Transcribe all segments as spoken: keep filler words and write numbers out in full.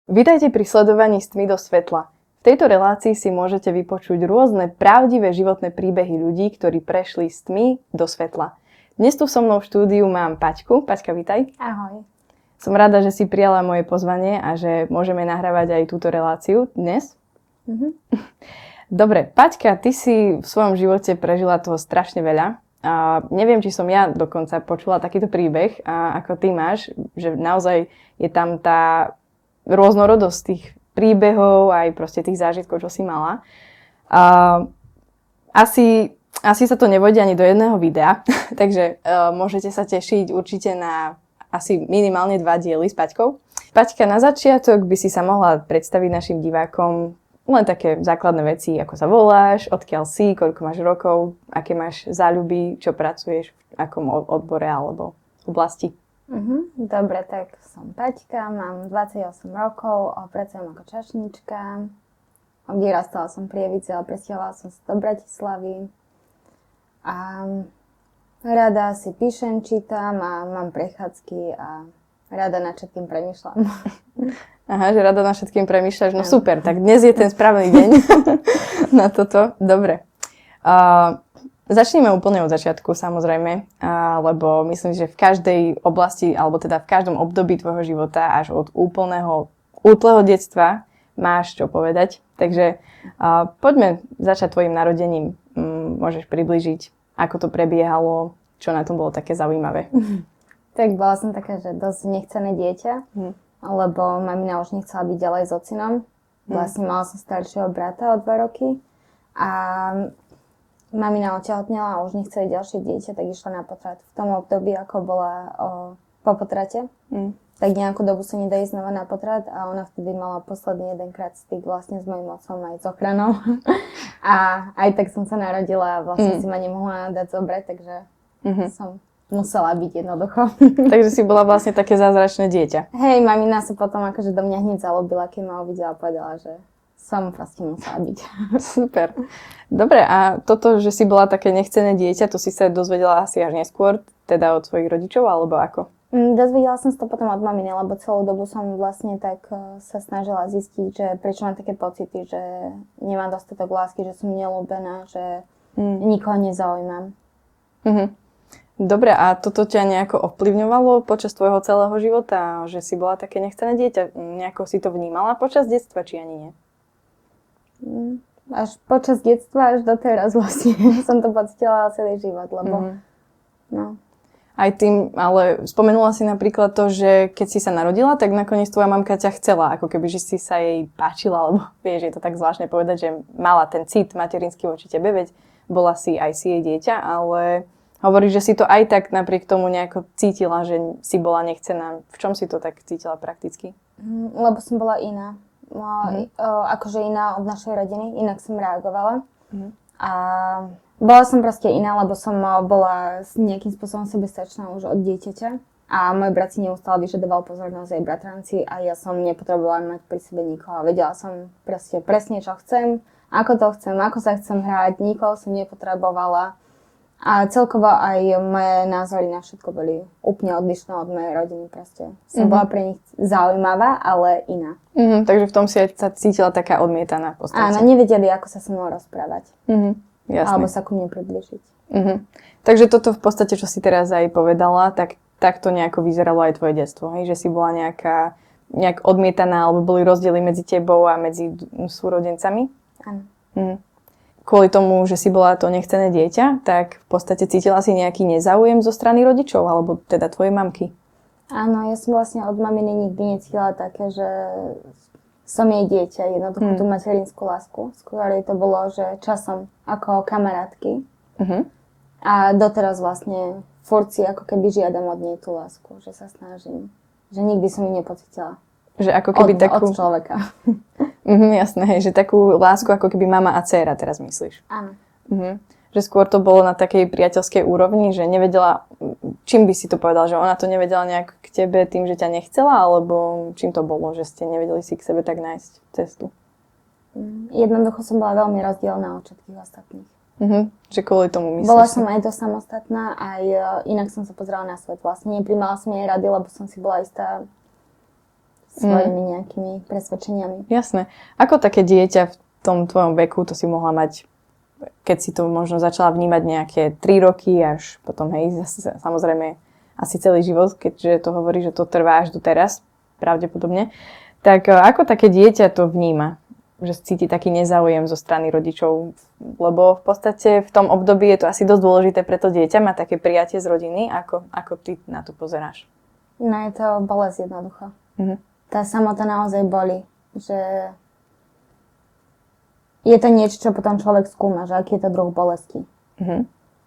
Vítajte pri sledovaní Z tmy do svetla. V tejto relácii si môžete vypočuť rôzne pravdivé životné príbehy ľudí, ktorí prešli z tmy do svetla. Dnes tu so mnou v štúdiu mám Paťku. Paťka, vítaj. Ahoj. Som rada, že si prijala moje pozvanie a že môžeme nahrávať aj túto reláciu dnes. Mhm. Dobre, Paťka, ty si v svojom živote prežila toho strašne veľa. A neviem, či som ja dokonca počula takýto príbeh, a ako ty máš, že naozaj je tam tá rôznorodosť tých príbehov, aj proste tých zážitkov, čo si mala. A asi, asi sa to nevojde ani do jedného videa, takže uh, môžete sa tešiť určite na asi minimálne dva diely s Paťkou. Paťka, na začiatok by si sa mohla predstaviť našim divákom len také základné veci, ako sa voláš, odkiaľ si, koľko máš rokov, aké máš záľuby, čo pracuješ, v akom odbore alebo oblasti. Uh-huh. Dobre, tak som Paťka, mám dvadsaťosem rokov, pracujem ako čašnička. Vyrastala som v Prievidzi, ale presťahovala som sa do Bratislavy. A rada si píšem, čítam a mám prechádzky a rada nad všetkým premýšľam. Aha, že rada nad všetkým premýšľaš. No super, tak dnes je ten správny deň na toto. Dobre. Uh, Začneme úplne od začiatku, samozrejme, lebo myslím, že v každej oblasti, alebo teda v každom období tvojho života, až od úplného, úplného detstva, máš čo povedať. Takže uh, poďme začať tvojim narodením. Um, môžeš približiť, ako to prebiehalo, čo na tom bolo také zaujímavé. Tak bola som taká, že dosť nechcené dieťa, hmm. lebo mamina už nechcela byť ďalej s ocinom. Vlastne mala som staršieho brata o dva roky a mamina otehotnela a už nechceli ďalšie dieťa, tak išla na potrat. V tom období, ako bola o, po potrate, mm. tak nejakú dobu sa nedá ísť znova na potrat a ona vtedy mala posledný jedenkrát styk vlastne s mojím otcom aj s ochranou. A aj tak som sa narodila a vlastne mm. si ma nemohla dať zobrať, takže mm-hmm. som musela byť jednoducho. Takže si bola vlastne také zázračné dieťa. Hej, mamina sa potom akože do mňa hneď zalúbila, keď ma uvidela a povedala, že som vlastne musela byť. Super. Dobre, a toto, že si bola také nechcené dieťa, to si sa dozvedela asi až neskôr, teda od svojich rodičov, alebo ako? Mm, dozvedela som sa to potom od maminy, lebo celú dobu som vlastne tak uh, sa snažila zistiť, že prečo mám také pocity, že nemám dostatok lásky, že som neľúbená, že mm. nikoho nezaujímam. Mhm. Dobre, a toto ťa nejako ovplyvňovalo počas tvojho celého života, že si bola také nechcené dieťa? Nejako si to vnímala počas detstva, či ani nie? Až počas detstva, až doteraz vlastne som to pocitila celý život, lebo mm-hmm. no. Aj tým, ale spomenula si napríklad to, že keď si sa narodila, tak nakoniec tvoja mamka ťa chcela, ako keby, že si sa jej páčila, alebo vieš, je to tak zvláštne povedať, že mala ten cit materinský voči tebe, veď bola si aj si jej dieťa, ale hovoríš, že si to aj tak napriek tomu nejako cítila, že si bola nechcená. V čom si to tak cítila prakticky? Lebo som bola iná. No, mm. o, akože iná od našej rodiny, inak som reagovala. Mm. A bola som proste iná, lebo som bola nejakým spôsobom sebestačná už od dieťaťa. A môj brat si neustále vyžadoval pozornosť aj bratranci a ja som nepotrebovala mať pri sebe nikoho. Vedela som proste presne, čo chcem, ako to chcem, ako sa chcem hrať, nikoho som nepotrebovala. A celkovo aj moje názory na všetko boli úplne odlišné od mojej rodiny proste. Som mm-hmm. bola pre nich zaujímavá, ale iná. Mm-hmm, takže v tom si aj sa cítila taká odmietaná v podstate. Áno, nevedeli, ako sa so mnou rozprávať. Mm-hmm, jasne. Alebo sa ku mne približiť. Mm-hmm. Takže toto v podstate, čo si teraz aj povedala, tak takto nejako vyzeralo aj tvoje detstvo, hej? Že si bola nejaká, nejak odmietaná, alebo boli rozdiely medzi tebou a medzi súrodencami? Áno. Mm-hmm. Kvôli tomu, že si bola to nechcené dieťa, tak v podstate cítila si nejaký nezáujem zo strany rodičov, alebo teda tvojej mamky? Áno, ja som vlastne od maminy nikdy necítila také, že som jej dieťa, jednoducho hmm. tú materinskú lásku. Skôr to bolo, že časom ako kamarátky. Uh-huh. A doteraz vlastne furt si ako keby žiadam od nej tú lásku, že sa snažím. Že nikdy som ju nepocítila. Že ako keby od, takú... od človeka. Mhm, jasné, hej, že takú lásku ako keby mama a dcéra teraz myslíš. Áno. Mhm. Že skôr to bolo na takej priateľskej úrovni, že nevedela, čím by si to povedal, že ona to nevedela nejak k tebe tým, že ťa nechcela, alebo čím to bolo, že ste nevedeli si k sebe tak nájsť cestu? Jednoducho som bola veľmi rozdielna od všetkých ostatných. Mhm, že kvôli tomu myslíš? Bola som aj dosť samostatná, aj inak som sa pozerala na svet. Vlastne nepríjmala som jej rady, lebo som si bola istá svojimi mm. nejakými presvedčeniami. Jasné. Ako také dieťa v tom tvojom veku, to si mohla mať, keď si to možno začala vnímať nejaké tri roky až potom, hej, samozrejme asi celý život, keďže to hovorí, že to trvá až do teraz, pravdepodobne. Tak ako také dieťa to vníma? Že cíti taký nezáujem zo strany rodičov, lebo v podstate v tom období je to asi dosť dôležité pre to dieťa, má také prijatie z rodiny, ako, ako ty na to pozeráš? No je to bolesť jednoducho. Mm-hmm. Tá samota naozaj boli, že je to niečo, čo potom človek skúma, že aký je to druh bolesti. Mm-hmm.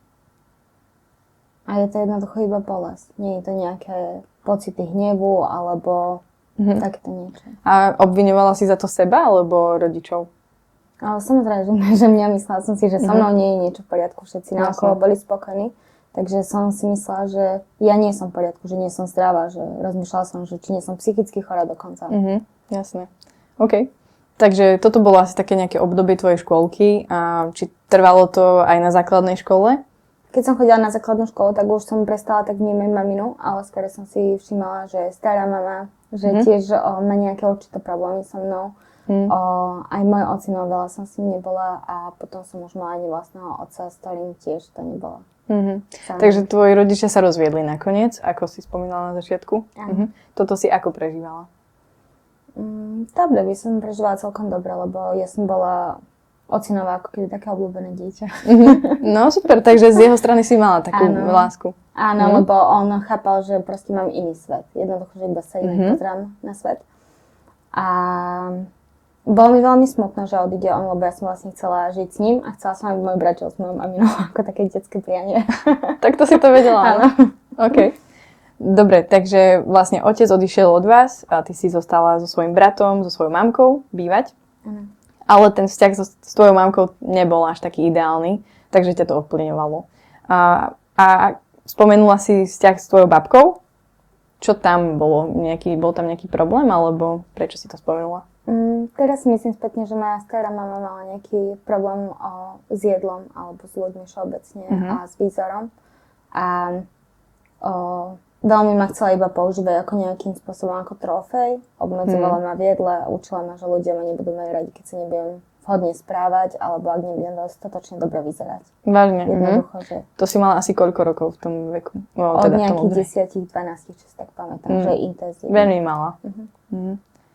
A je to jednoducho iba bolesť. Nie je to nejaké pocity hnevu alebo mm-hmm. takéto niečo. A obviňovala si za to seba alebo rodičov? Ale samozrejme, že mňa myslela som si, že so mnou mm-hmm. nie je niečo v poriadku. Všetci naokolo boli spokojní. Takže som si myslela, že ja nie som v poriadku, že nie som zdravá, že rozmýšľala som, že či nie som psychicky chorá dokonca. Mhm, jasné. OK. Takže toto bolo asi také nejaké obdobie tvojej škôlky. A či trvalo to aj na základnej škole? Keď som chodila na základnú školu, tak už som prestala tak vnímať maminu, ale skôr som si všimala, že stará mama, že mm. tiež o, má nejaké určité problémy so mnou. Mm. O, aj môj ocino, veľa som s ním nebola a potom som už mala ani vlastného otca, s ktorým tiež to nebolo. Mm-hmm. Takže tvoji rodičia sa rozviedli nakoniec, ako si spomínala na začiatku. Mm-hmm. Toto si ako prežívala? Mm, to obdobie som prežívala celkom dobre, lebo ja som bola ocinová ako keby také obľúbené dieťa. Mm-hmm. No super, takže z jeho strany si mala takú áno. lásku. Áno, mm-hmm. lebo on chápal, že proste mám iný svet. Jednoducho, že iba sa inak mm-hmm. pozerám na svet. A bolo mi veľmi smutno, že odíde on, lebo ja som vlastne chcela žiť s ním a chcela som, aby môj brat žil s mojou maminou, ako také detské prianie. Tak to si to vedela, áno? OK. Dobre, takže vlastne otec odišiel od vás a ty si zostala so svojím bratom, so svojou mamkou bývať. Áno. Ale ten vzťah so, s tvojou mamkou nebol až taký ideálny, takže ťa to ovplyvňovalo. A, a spomenula si vzťah s tvojou babkou? Čo tam bolo? Nejaký, bol tam nejaký problém, alebo prečo si to spomenula? Mm, teraz si myslím spätne, že moja stará mama mala nejaký problém o, s jedlom alebo s ľuďmi všeobecne mm-hmm. a s výzorom. A o, veľmi ma chcela iba používať ako nejakým spôsobom ako trofej. Obmedzovala mm. ma v jedle, učila ma, že ľudia ma nebudú mať radi, keď sa nebudem vhodne správať alebo ak nebudem dostatočne dobre vyzerať. Vážne? Jednoducho, mm-hmm. že... To si mala asi koľko rokov v tom veku? No, Od teda nejakých desať dvanásť, či si tak pamätám, mm. že je intenzívne. Veľmi mala. Mm-hmm. Mm.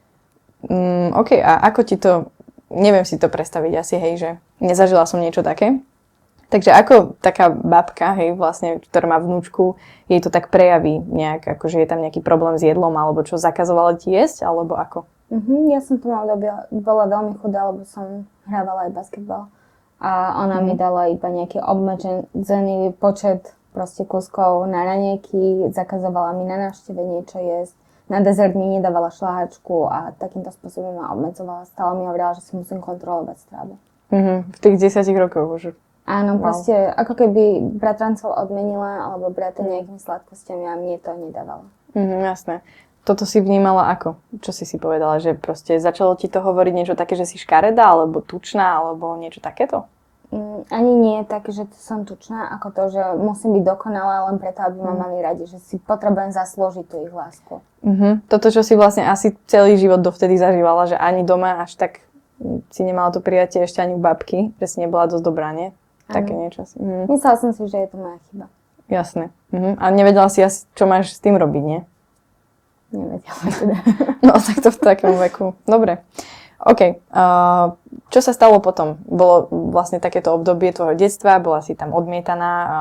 Mm, OK, a ako ti to, neviem si to predstaviť asi, hej, že nezažila som niečo také. Takže ako taká babka, hej, vlastne, ktorá má vnúčku, jej to tak prejaví nejak, akože je tam nejaký problém s jedlom, alebo čo, zakazovala ti jesť, alebo ako? Mm-hmm, ja som to mala doby, bola veľmi chudá, lebo som hrávala aj basketbal. A ona mm. mi dala iba nejaký obmedzený počet proste kuskov na ranieky, zakazovala mi na návšteve niečo jesť. Na dezert mi nedávala šľahačku a takýmto spôsobom ma obmedzovala. Stále mi hovorila, že si musím kontrolovať stravu. Mm-hmm. V tých desiatich rokoch už? Áno, wow. Proste ako keby bratrancov odmenila alebo brata nejakými sladkosťami a mne to nedávala. Mm-hmm, jasné. Toto si vnímala ako? Čo si si povedala? Že proste začalo ti to hovoriť niečo také, že si škaredá alebo tučná alebo niečo takéto? Mm, ani nie tak, že som tučná, ako to, že musím byť dokonalá len preto, aby ma mm. mali radi, že si potrebujem zaslúžiť tú ich lásku. Mm-hmm. Toto, čo si vlastne asi celý život dovtedy zažívala, že ani doma až tak si nemala to prijatie ešte ani u babky, že si nebola dosť dobrá, nie? Také mm. niečo asi. Mm. Myslela som si, že je to moja chyba. Jasné. Mm-hmm. A nevedela si asi, čo máš s tým robiť, nie? Nevedela teda. No, tak to v takom veku. Dobre. OK. Uh, čo sa stalo potom? Bolo vlastne takéto obdobie tvojho detstva, bola si tam odmietaná a,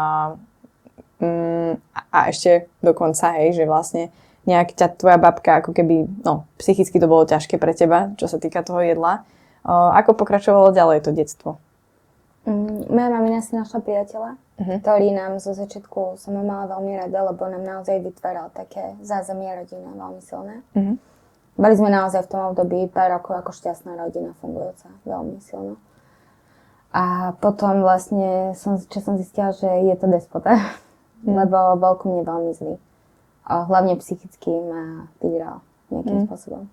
um, a ešte dokonca, hej, že vlastne nejak ťa tvoja babka, ako keby, no, psychicky to bolo ťažké pre teba, čo sa týka toho jedla. Uh, ako pokračovalo ďalej to detstvo? Um, moja mamina si našla priateľa, uh-huh. ktorý nám zo začiatku som ho mala veľmi rada, lebo nám naozaj vytváral také zázemie rodina veľmi silné. Uh-huh. Boli sme naozaj v tom období pár rokov ako šťastná rodina fungujúca, veľmi silno. A potom vlastne, som, čo som zistila, že je to despota, mm. lebo bol ku mne veľmi zlý. A hlavne psychicky ma týral nejakým mm. spôsobom.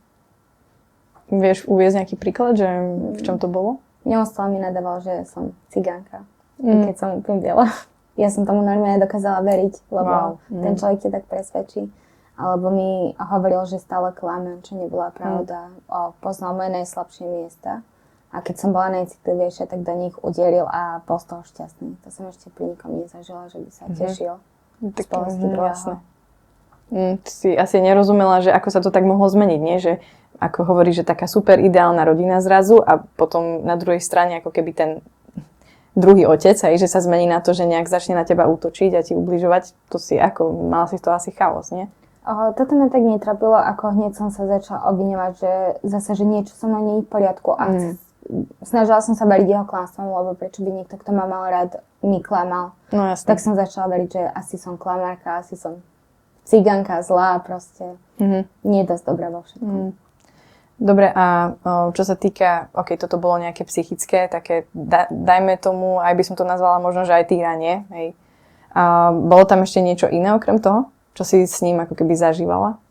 Vieš uviesť nejaký príklad, že v čom to bolo? Neustále mi nadával, že som cigánka, mm. keď som úplne biela. Ja som tomu normálne dokázala veriť, lebo wow. mm. ten človek ťa tak presvedčí. alebo mi hovoril, že stále klamem, čo nebola pravda. Mm. O, poznal moje najslabšie miesta. A keď som bola najcitlivejšia, tak do nich uderil a bol z toho šťastný. To som ešte pri nikom nezažila, že by sa mm-hmm. tešil. Tak jasné. Mm, si asi nerozumela, že ako sa to tak mohlo zmeniť, nie? Že ako hovorí, že taká super ideálna rodina zrazu a potom na druhej strane ako keby ten druhý otec, aj, že sa zmení na to, že nejak začne na teba útočiť a ti ubližovať, to si ako, mala si to asi chaos, nie? O, toto ma tak netrapilo, ako hneď som sa začala obviňovať, že zase, že niečo so mnou nie je v poriadku a mm. snažila som sa veriť jeho klamstvom, lebo prečo by niekto, kto ma mal rád, mi klamal. No jasne. Tak som začala veriť, že asi som klamárka, asi som cigánka zlá, proste mm-hmm. nie je dosť dobrá vo všetkom. Mm. Dobre, a o, čo sa týka, ok, toto bolo nejaké psychické, také, da, dajme tomu, aj by som to nazvala možno, že aj týranie, hej. A bolo tam ešte niečo iné okrem toho, čo si s ním ako keby zažívala?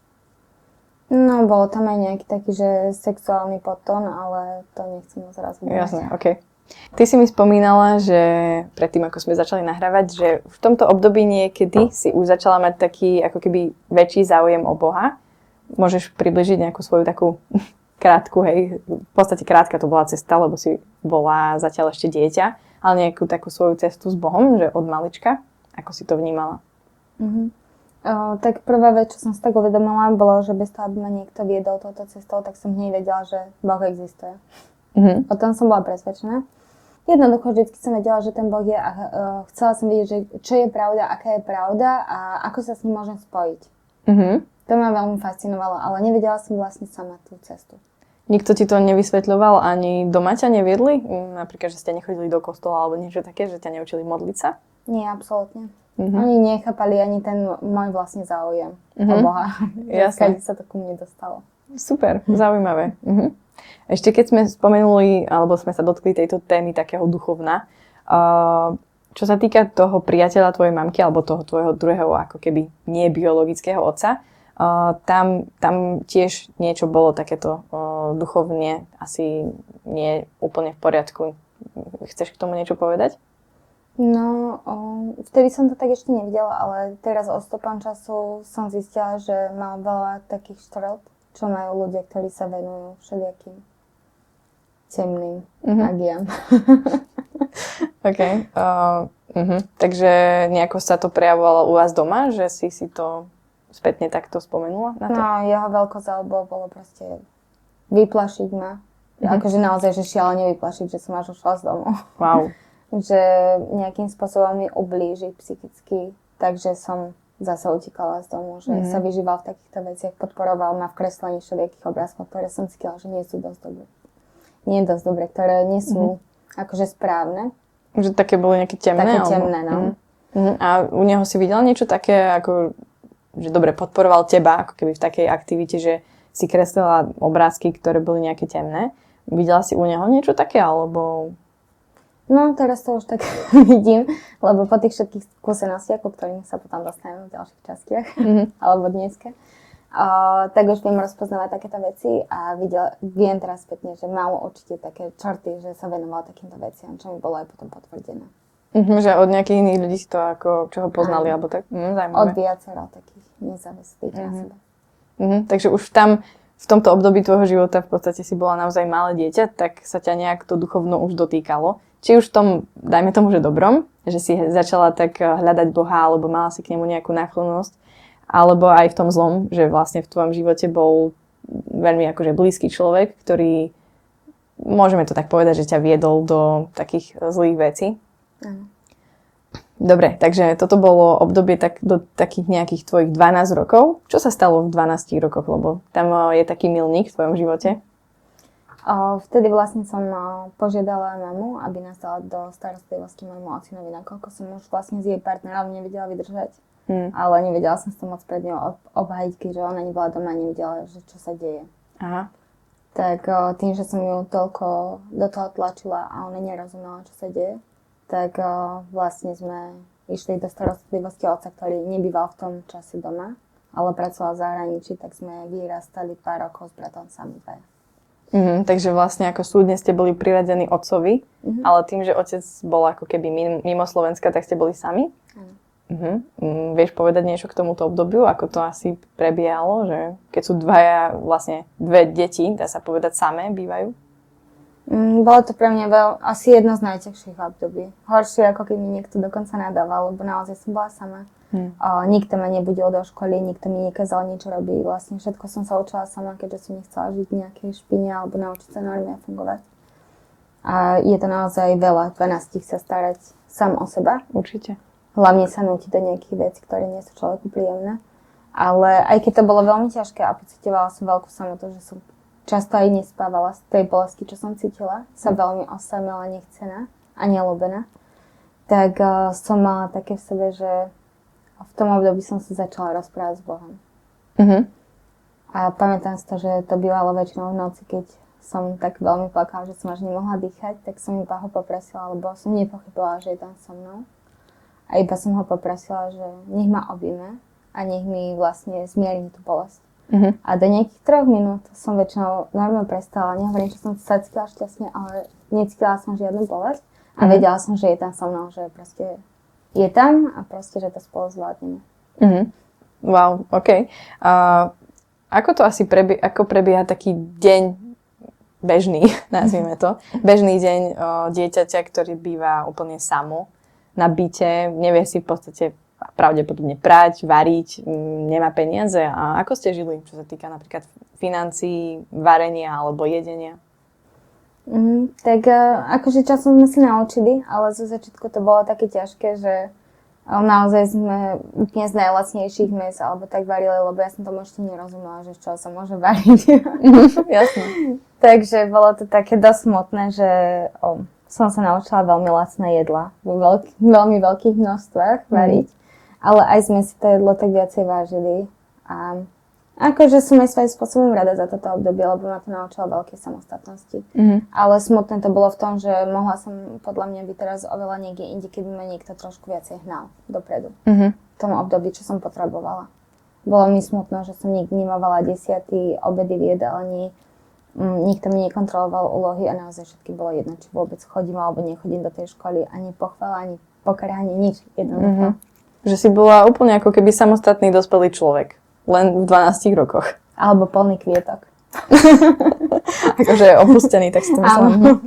No, bolo tam aj nejaký taký, že sexuálny podtón, ale to nechcem zrazu povedať. Jasné, ok. Ty si mi spomínala, že predtým, ako sme začali nahrávať, že v tomto období niekedy si už začala mať taký, ako keby väčší záujem o Boha. Môžeš približiť nejakú svoju takú krátku, hej, v podstate krátka to bola cesta, lebo si bola zatiaľ ešte dieťa, ale nejakú takú svoju cestu s Bohom, že od malička, ako si to vnímala? Mm-hmm. O, tak prvá vec, čo som si tak uvedomila, bolo, že bez toho, aby ma niekto viedol touto cestou, tak som hneď vedela, že Boh existuje. Mm-hmm. O tom som bola presvedčená. Jednoducho vždy som vedela, že ten Boh je a uh, chcela som vidieť, že čo je pravda, aká je pravda a ako sa s ním môžem spojiť. Mm-hmm. To ma veľmi fascinovalo, ale nevedela som vlastne sama tú cestu. Nikto ti to nevysvetľoval, ani doma ťa neviedli? Napríklad, že ste nechodili do kostola alebo niečo také, že ťa neučili modliť sa? Nie, absolútne. Mm-hmm. Oni nechápali ani ten môj vlastne záujem mm-hmm. o Boha. Jasne. Keď sa to ku mne dostalo. Super, zaujímavé. Mm-hmm. Ešte keď sme spomenuli, alebo sme sa dotkli tejto témy takého duchovna, uh, čo sa týka toho priateľa tvojej mamky, alebo toho tvojho druhého, ako keby nie biologického otca, uh, tam, tam tiež niečo bolo takéto uh, duchovne asi nie úplne v poriadku. Chceš k tomu niečo povedať? No, o, vtedy som to tak ešte nevidela, ale teraz odstupom času som zistila, že mám veľa takých štrot, čo majú ľudia, ktorí sa venujú všelijakým temným mm-hmm. agiám. OK. Uh, uh-huh. Takže nejako sa to prejavovalo u vás doma, že si si to spätne takto spomenula na to? No, jeho veľkou záľubou bolo proste vyplašiť ma. Mm-hmm. Akože naozaj, že šialene vyplašiť, že som až ušla z domu. Wow. Že nejakým spôsobom mi ublíži psychicky, takže som zase utekala z domu, že mm. sa vyžíval v takýchto veciach, podporoval ma v kreslení všelijakých obrázkov, ktoré som cítila, že nie sú dosť dobré. Nie dosť dobré, ktoré nie sú mm. akože správne. Že také boli nejaké temné? Také alebo... temné, no. Mm. A u neho si videla niečo také, ako, že dobre, podporoval teba, ako keby v takej aktivite, že si kreslila obrázky, ktoré boli nejaké temné. Videla si u neho niečo také, alebo... No, teraz to už tak vidím, lebo po tých všetkých skúsenostiach, ku ktorým sa potom dostaneme v ďalších častiach, mm-hmm. alebo dneska, uh, tak už viem rozpoznávať takéto veci a videl, viem teraz spätne, že mal určite také črty, že sa venoval takýmto veciam, čo mi bolo aj potom potvrdené. Mm-hmm, že od nejakých iných ľudí si to ako, čo ho poznali, aj. Alebo tak, mm, zaujímavé. Od viacero takých nezávislých mm-hmm. na sebe. Mm-hmm, takže už tam v tomto období tvojho života v podstate si bola naozaj malé dieťa, tak sa ťa nejak to duchovno už dotýkalo. Či už v tom, dajme tomu, že dobrom, že si začala tak hľadať Boha, alebo mala si k nemu nejakú náklonnosť, alebo aj v tom zlom, že vlastne v tvojom živote bol veľmi akože blízky človek, ktorý, môžeme to tak povedať, že ťa viedol do takých zlých vecí. Mm. Dobre, takže toto bolo obdobie tak do takých nejakých tvojich dvanásť rokov. Čo sa stalo v dvanástich rokoch, lebo tam je taký milník v tvojom živote? O, vtedy vlastne som požiadala mamu, aby nás dala do starostlivosti môjmu otcinovi, nakoľko som už vlastne s jej partnerom nevedela vydržať. Hmm. Ale nevedela som sa moc pred ňou obhajiť, keďže ona nebola doma a nevedela, že čo sa deje. Aha. Tak o, tým, že som ju toľko do toho tlačila a ona nerozumela, čo sa deje, tak o, vlastne sme išli do starostlivosti otca, ktorý nebýval v tom čase doma, ale pracoval v zahraničí, tak sme vyrastali pár rokov s bratom sami dvaja. Mm, takže vlastne ako súdne ste boli priradení otcovi, mm-hmm. ale tým, že otec bol ako keby mimo Slovenska, tak ste boli sami? Mm. Uh-huh. Mm, vieš povedať niečo k tomuto obdobiu, ako to asi prebiehalo, že keď sú dvaja, vlastne dve deti, dá sa povedať samé, bývajú? Mm, bolo to pre mňa veľ, asi jedno z najťažších období. Horšie, ako keď mi niekto dokonca nadával, lebo naozaj som bola sama. Hmm. O, nikto ma nebudil do školy, nikto mi nekázal nič robiť. Vlastne všetko som sa učila sama, keďže som nechcela žiť v nejakej špine alebo naučiť sa normálne fungovať. A je to naozaj veľa, dvanásť sa starať sám o seba. Určite. Hlavne sa nútiť do nejakých vecí, ktoré nie sú človeku príjemné. Ale aj keď to bolo veľmi ťažké a pocitovala som veľkú samotu, že som často aj nespávala z tej bolesti, čo som cítila, sa veľmi osamela, nechcená a neľúbená, tak uh, som mala také v sebe, že v tom období som sa začala rozprávať s Bohom. Uh-huh. A pamätám si to, že to bývalo väčšinou v noci, keď som tak veľmi plakala, že som až nemohla dýchať, tak som iba ho poprosila, lebo som nepochybila, že je tam so mnou. A iba som ho poprosila, že nech ma objíme a nech mi vlastne zmierni tú bolesť. Uh-huh. A do nejakých troch minút som väčšinou normálne prestala. Nehovorím, že som sa cítila šťastne, ale necítila som žiadnu bolesť a uh-huh. vedela som, že je tam so mnou, že proste je tam a proste, že to spolu zvládneme. Uh-huh. Wow, OK. Uh, ako to asi prebie- ako prebieha taký deň bežný, nazvime to, bežný deň uh, dieťaťa, ktorý býva úplne samo na byte, nevie si v podstate pravdepodobne prať, variť, nemá peniaze. A ako ste žili, čo sa týka napríklad financií, varenia alebo jedenia? Mm, tak akože časom sme si naučili, ale zo začiatku to bolo také ťažké, že naozaj sme úplne z najlacnejších mes alebo tak varili, lebo ja som tomu ešte nerozumela, že z čoho sa môže variť. Jasné. Takže bolo to také dosť smutné, že o, som sa naučila veľmi lacné jedla vo veľk- veľmi veľkých množstvách variť. Mm. Ale aj sme si to jedlo tak viacej vážili. A akože som aj svojím spôsobom rada za toto obdobie, lebo ma to naučilo veľkej samostatnosti. Mm-hmm. Ale smutné to bolo v tom, že mohla som podľa mňa byť teraz oveľa niekde inde, keby ma niekto trošku viacej hnal dopredu. Mm-hmm. V tom období, čo som potrebovala. Bolo mi smutno, že som nikdy nemávala desiaty obedy v jedálni. Nikto mi nekontroloval úlohy a naozaj všetky bolo jedno, či vôbec chodím alebo nechodím do tej školy. Ani pochvala, ani pokarhanie, nič. Jednoducho. Mm-hmm. Že si bola úplne ako keby samostatný dospelý človek. Len v dvanástich rokoch. Alebo plný kvietok. Akože opustený, tak si to myslím.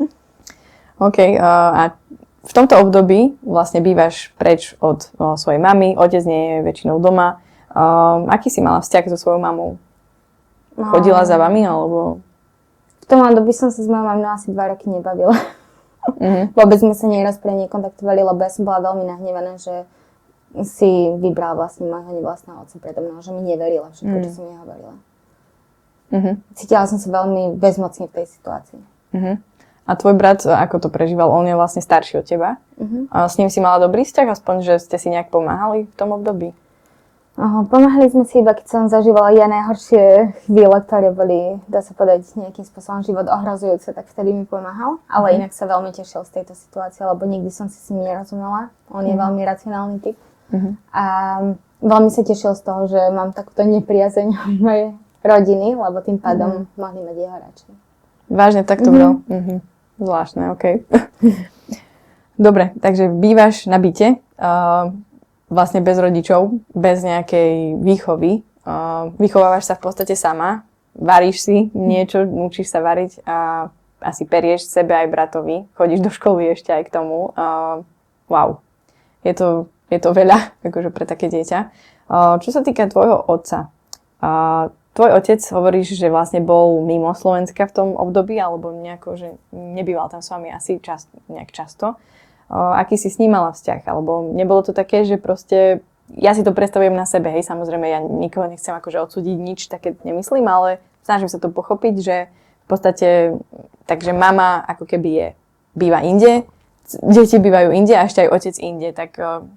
OK. Uh, a v tomto období vlastne bývaš preč od uh, svojej mamy. Otec nie je väčšinou doma. Uh, aký si mala vzťah so svojou mamou? No. Chodila za vami, alebo... V tom období som sa s mojou maminou asi dva roky nebavila. Mm-hmm. Vôbec sme sa nieraz pre nej kontaktovali, lebo ja som bola veľmi nahnevaná, že si vybrala vlastne môjho nevlastného otca predo mnou, že mi neverila všetko, mm. čo som jej hovorila. Mm-hmm. Cítila som sa veľmi bezmocne v tej situácii. Mm-hmm. A tvoj brat, ako to prežíval? On je vlastne starší od teba. Mm-hmm. A s ním si mala dobrý vzťah, aspoň, že ste si nejak pomáhali v tom období? Aha, pomáhali sme si iba, keď som zažívala ja najhoršie chvíle, ktoré boli, dá sa povedať, nejakým spôsobom život ohrozujúce, tak vtedy mi pomáhal. Ale mm. inak sa veľmi tešil z tejto situácie, lebo nikdy som si s ním nerozumela. On mm. je veľmi racionálny typ. Mm-hmm. A veľmi sa tešil z toho, že mám takúto nepriazeň mojej rodiny, lebo tým pádom mm-hmm. mohli mať jeho radšej. Vážne, tak to bolo. Mm-hmm. Mm-hmm. Zvláštne, okej. Okay. Dobre, takže bývaš na byte. Uh, vlastne bez rodičov, bez nejakej výchovy. Uh, vychovávaš sa v podstate sama, varíš si niečo, učíš sa variť a asi perieš sebe aj bratovi, chodíš do školy ešte aj k tomu. Uh, wow, je to, je to veľa akože pre také dieťa. Uh, čo sa týka tvojho otca, uh, tvoj otec hovoríš, že vlastne bol mimo Slovenska v tom období, alebo nejako, že nebýval tam s vami asi čas, nejak často. O, aký si s ním mala vzťah, alebo nebolo to také, že proste, ja si to predstavujem na sebe, hej, samozrejme, ja nikoho nechcem akože odsúdiť, nič také nemyslím, ale snažím sa to pochopiť, že v podstate, takže mama ako keby je, býva inde, deti bývajú inde a ešte aj otec inde, tak o,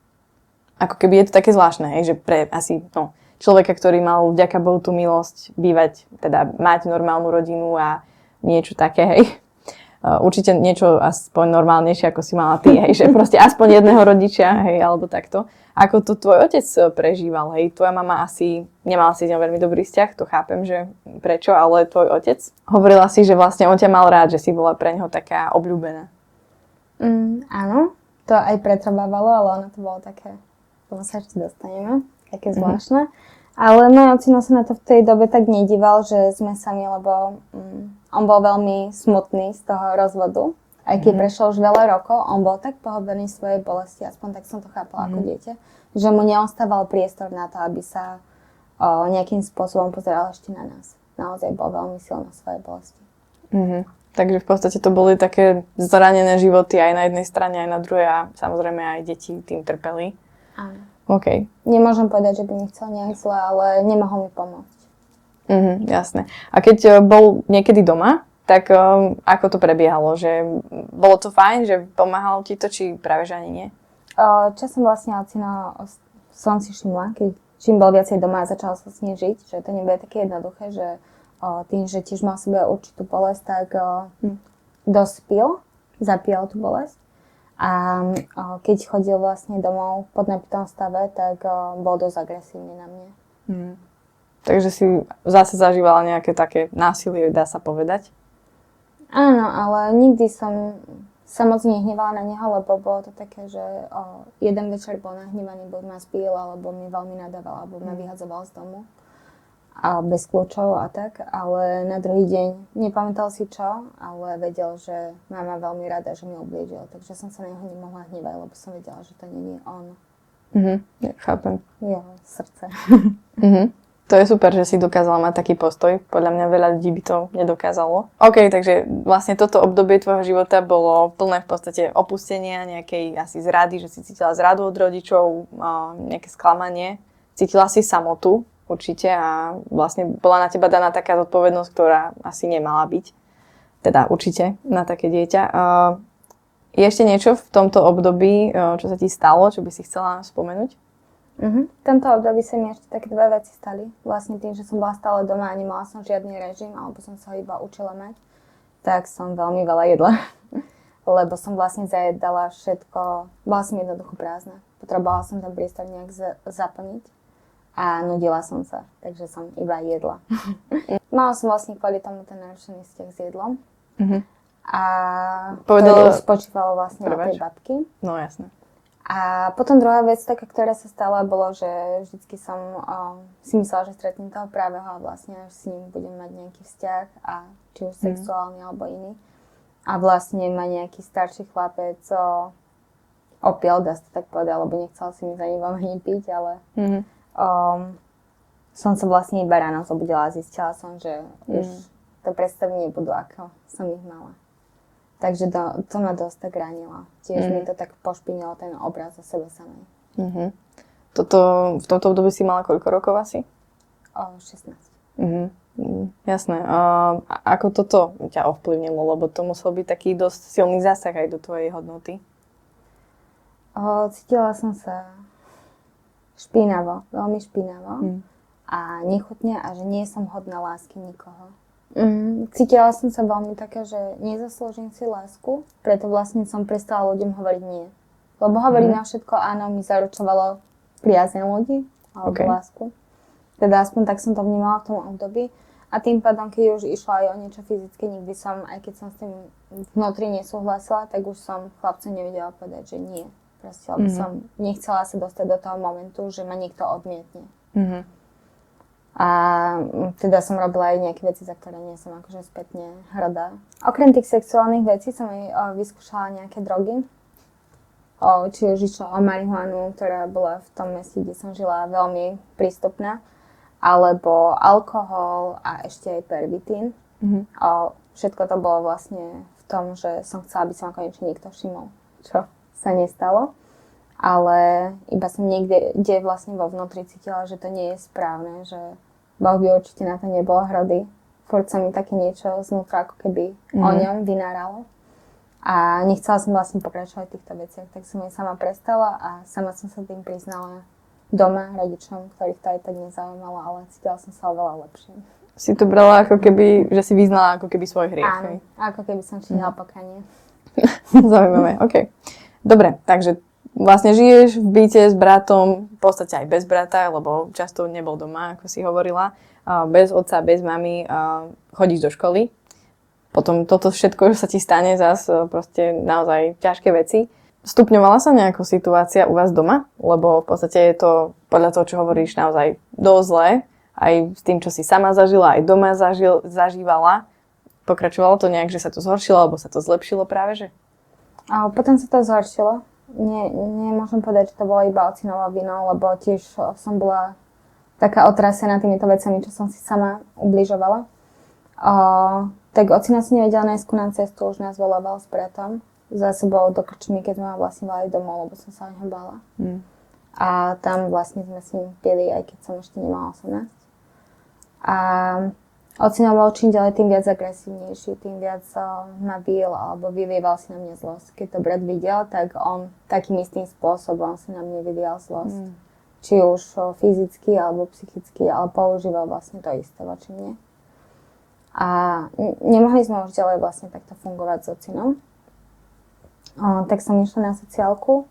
ako keby je to také zvláštne, hej, že pre asi, no, človeka, ktorý mal vďaka Bohu tú milosť bývať, teda mať normálnu rodinu a niečo také, hej. Uh, určite niečo aspoň normálnejšie, ako si mala ty, hej, že proste aspoň jedného rodičia, hej, alebo takto. Ako to tvoj otec prežíval, hej, tvoja mama asi, nemala si s ňou veľmi dobrý vzťah, to chápem, že prečo, ale tvoj otec, hovorila si, že vlastne on ťa mal rád, že si bola pre neho taká obľúbená. Mm, áno, to aj pretrvávalo, ale ono to bolo také, tomu sa ešte dostaneme, také zvláštne. Mm-hmm. Ale môj ocino sa na to v tej dobe tak nedíval, že sme sami, lebo mm, on bol veľmi smutný z toho rozvodu. Aj keď mm-hmm. prešlo už veľa rokov, on bol tak pohobený svojej bolesti, aspoň tak som to chápala mm-hmm. ako dieťa, že mu neostával priestor na to, aby sa o, nejakým spôsobom pozeral ešte na nás. Naozaj bol veľmi silný na svojej bolesti. Mm-hmm. Takže v podstate to boli také zranené životy aj na jednej strane, aj na druhej a samozrejme aj deti tým trpeli. Áno. OK. Nemôžem povedať, že by mi chcel nejak zle, ale nemohol mi pomôcť. Mhm, jasné. A keď bol niekedy doma, tak um, ako to prebiehalo? Že bolo to fajn, že pomáhalo ti to, či práve že ani nie? Časom vlastne ocino som si všimla, keď čím bol viacej doma a začala sa s ním žiť, že to nebude také jednoduché, že o, tým, že tiež mal sebe určitú bolesť, tak o, hm. dospil, zapíjal tú bolesť. A o, keď chodil vlastne domov v podnapitom stave, tak o, bol dosť agresívny na mne. Hm. Takže si zase zažívala nejaké také násilie, dá sa povedať? Áno, ale nikdy som sa moc nehnevala na neho, lebo bolo to také, že o, jeden večer bol nahnevaný, buď ma spil, alebo mi veľmi nadával, alebo ma vyhadzoval z domu. A bez kľúčov a tak, ale na druhý deň nepamätal si čo, ale vedel, že mama veľmi rada, že mi ublížil, takže som sa na neho nemohla hnevať, lebo som vedela, že to nie je on. Mhm, ja chápem. Jeho srdce. Mhm. To je super, že si dokázala mať taký postoj. Podľa mňa veľa ľudí by to nedokázalo. OK, takže vlastne toto obdobie tvojho života bolo plné v podstate opustenia, nejakej asi zrady, že si cítila zradu od rodičov, nejaké sklamanie. Cítila si samotu určite a vlastne bola na teba daná taká zodpovednosť, ktorá asi nemala byť. Teda určite na také dieťa. Je ešte niečo v tomto období, čo sa ti stalo, čo by si chcela spomenúť? Uh-huh. V tomto období sa mi ešte také dve veci stali. Vlastne tým, že som bola stále doma a nemala som žiadny režim, alebo som sa ho iba učila mať, tak som veľmi veľa jedla. Lebo som vlastne zajedala všetko, bola som jednoducho prázdna. Potrebovala som ten priestor nejak z- zaplniť a nudila som sa, takže som iba jedla. Mala som vlastne kvôli tomu ten narušený vzťah s jedlom. Uh-huh. A Povedala... to už spočívalo vlastne o tej babky. No jasné. A potom druhá vec, taká, ktorá sa stala, bolo, že vždycky som o, si myslela, že stretnem toho práveho a vlastne až s ním budem mať nejaký vzťah, a či už mm. sexuálny alebo iný. A vlastne ma nejaký starší chlapec o, opiel, dá sa to tak povedať, lebo nechcel si mi za ním veľmi piť, ale mm. o, som sa vlastne iba ráno zobudila a zistila som, že mm. už to predstavy nebudú, ako som ich mala. Takže to, to ma dosť tak ranilo. Tiež mm. mi to tak pošpinilo ten obraz o sebe samej. Mm-hmm. Toto, v tomto období si mala koľko rokov asi? O šestnásť. Mm-hmm. Mm, jasné. A ako toto ťa ovplyvnilo? Lebo to musel byť taký dosť silný zásah aj do tvojej hodnoty. O, cítila som sa špinavo, veľmi špinavo mm. a nechutne a že nie som hodná lásky nikoho. Mm, cítila som sa veľmi taká, že nezaslúžim si lásku, preto vlastne som prestala ľuďom hovoriť nie. Lebo hovoriť mm. na všetko áno mi zaručovalo priazeň ľudí alebo okay. lásku. Teda aspoň tak som to vnímala v tom období. A tým pádom, keď už išlo aj o niečo fyzické, nikdy som, aj keď som s tým vnútri nesúhlasila, tak už som chlapcom nevedela povedať, že nie. Proste, lebo mm. som nechcela sa dostať do toho momentu, že ma niekto odmietne. Mm. A teda som robila aj nejaké veci, za ktoré nie som akože spätne hrdá. Okrem tých sexuálnych vecí som aj o, vyskúšala nejaké drogy. O, či už išlo o marihuanu, ktorá bola v tom meste, kde som žila, veľmi prístupná. Alebo alkohol a ešte aj pervitín. Mm-hmm. O, všetko to bolo vlastne v tom, že som chcela, aby sa ma konečne niekto všimol. Čo sa nestalo. Ale iba som niekde, kde vlastne vo vnútri cítila, že to nie je správne, že Boh by určite na to nebol hrody. Furt sa mi také niečo znútra ako keby mm. o ňom vynáralo. A nechcela som vlastne pokračovať v týchto veciach, tak som jej sama prestala a sama som sa tým priznala doma rodičom, ktorých to aj tak nezaujímalo, ale cítila som sa oveľa lepšie. Si to brala ako keby, že si vyznala ako keby svoj hriech. Áno, ako keby som činila mm. pokanie. Zaujímavé, okej. Okay. Dobre, takže vlastne žiješ v byte s bratom, v podstate aj bez brata, lebo často nebol doma, ako si hovorila. Bez otca, bez mamy, chodíš do školy. Potom toto všetko, čo sa ti stane, zase proste naozaj ťažké veci. Stupňovala sa nejaká situácia u vás doma? Lebo v podstate je to, podľa toho, čo hovoríš, naozaj dosť zlé. Aj s tým, čo si sama zažila, aj doma zažil, zažívala. Pokračovalo to nejak, že sa to zhoršilo, alebo sa to zlepšilo práve, že? A potom sa to zhoršilo. Nie, nemôžem povedať, že to bolo iba ocinovou vinou, lebo tiež som bola taká otrasená týmito vecami, čo som si sama ubližovala. O, tak ocino si nevedela nájsť na cestu, už nás volával s bratom za sebou do krčmy, keď sme ma vlastne volali domov, lebo som sa o neho bála. Mm. A tam vlastne sme si pili, aj keď som ešte nemala osemnásť. A ocino bol čím ďalej tým viac agresívnejší, tým viac uh, ma bil alebo vylieval si na mňa zlosť. Keď to brat videl, tak on takým istým spôsobom si na mňa vylial zlosť. Mm. Či už uh, fyzicky alebo psychicky, ale používal vlastne to isté voči mne. A n- nemohli sme už ďalej vlastne takto fungovať s ocinom. O, tak som išla na sociálku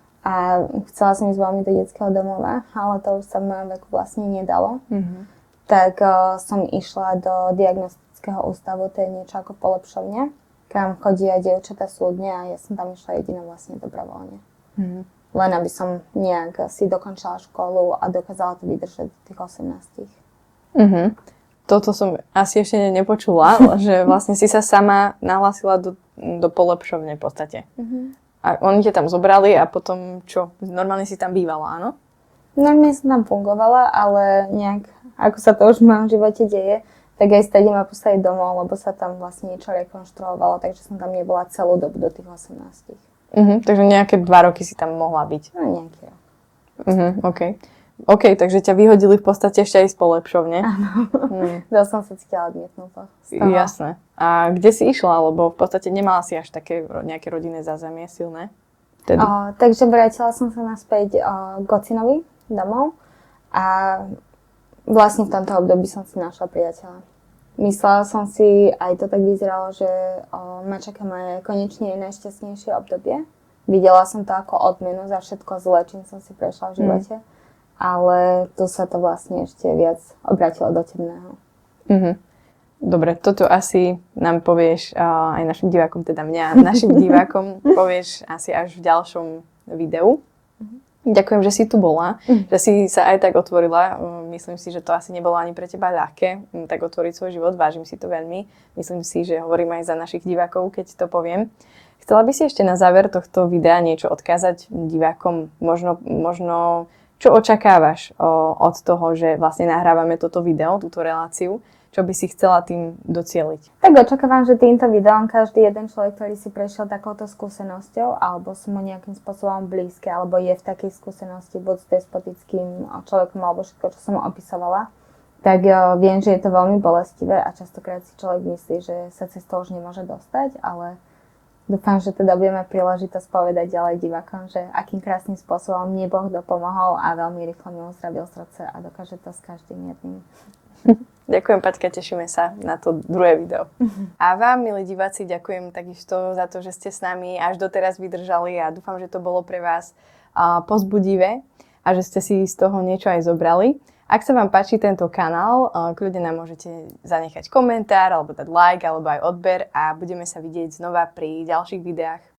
a chcela som ísť veľmi do detského domova, ale to už sa v mojom veku vlastne nedalo. Mm-hmm. Tak o, som išla do diagnostického ústavu, to je niečo ako polepšovňa, kam chodia dievčatá súdne a ja som tam išla jediná vlastne dobrovoľne. Mm-hmm. Len aby som nejak si dokončila školu a dokázala to vydržať do tých osemnástich. Mm-hmm. Toto som asi ešte nepočula, že vlastne si sa sama nahlásila do, do polepšovne v podstate. Uh-huh. A oni ťa tam zobrali a potom čo? Normálne si tam bývala, áno? Normálne som tam fungovala, ale nejak, ako sa to už v mojom živote deje, tak aj stade ma poslali domov, lebo sa tam vlastne niečo rekonštruovalo, takže som tam nebola celú dobu do tých osemnástich. Uh-huh. Takže nejaké dva roky si tam mohla byť? No nejaký rok. Uh-huh. OK. OK, takže ťa vyhodili v podstate ešte aj z polepšovne. Áno. Hmm. Dosť som sa cítila odmietnutá. Jasné. A kde si išla? Lebo v podstate nemala si až také nejaké rodinné zázemie silné. O, takže vrátila som sa naspäť o, k ocinovi domov a vlastne v tomto období som si našla priateľa. Myslela som si, aj to tak vyzeralo, že o, ma čaká moje konečne najšťastnejšie obdobie. Videla som to ako odmenu za všetko zlé, čím som si prešla v živote. Hmm. Ale tu sa to vlastne ešte viac obrátilo do temného. Mm-hmm. Dobre, toto asi nám povieš uh, aj našim divákom, teda mňa, našim divákom povieš asi až v ďalšom videu. Mm-hmm. Ďakujem, že si tu bola, mm-hmm. že si sa aj tak otvorila. Myslím si, že to asi nebolo ani pre teba ľahké, tak otvoriť svoj život. Vážim si to veľmi. Myslím si, že hovorím aj za našich divákov, keď to poviem. Chcela by si ešte na záver tohto videa niečo odkázať divákom, možno, možno čo očakávaš o, od toho, že vlastne nahrávame toto video, túto reláciu? Čo by si chcela tým docieliť? Tak očakávam, že týmto videom každý jeden človek, ktorý si prešiel takouto skúsenosťou, alebo sú mu nejakým spôsobom blízke, alebo je v takej skúsenosti buď s despotickým človekom, alebo všetko, čo som opisovala, tak jo, viem, že je to veľmi bolestivé a častokrát si človek myslí, že sa cez to už nemôže dostať, ale dúfam, že teda budeme príležitosť povedať ďalej divákom, že akým krásnym spôsobom mne Boh dopomohol a veľmi rýchlo mi uzdravil srdce a dokáže to s každým jedným. Ďakujem, Paťka, tešíme sa na to druhé video. A vám, milí diváci, ďakujem takisto za to, že ste s nami až doteraz vydržali a dúfam, že to bolo pre vás uh, povzbudivé a že ste si z toho niečo aj zobrali. Ak sa vám páči tento kanál, kľudne nám môžete zanechať komentár, alebo dať like, alebo aj odber a budeme sa vidieť znova pri ďalších videách.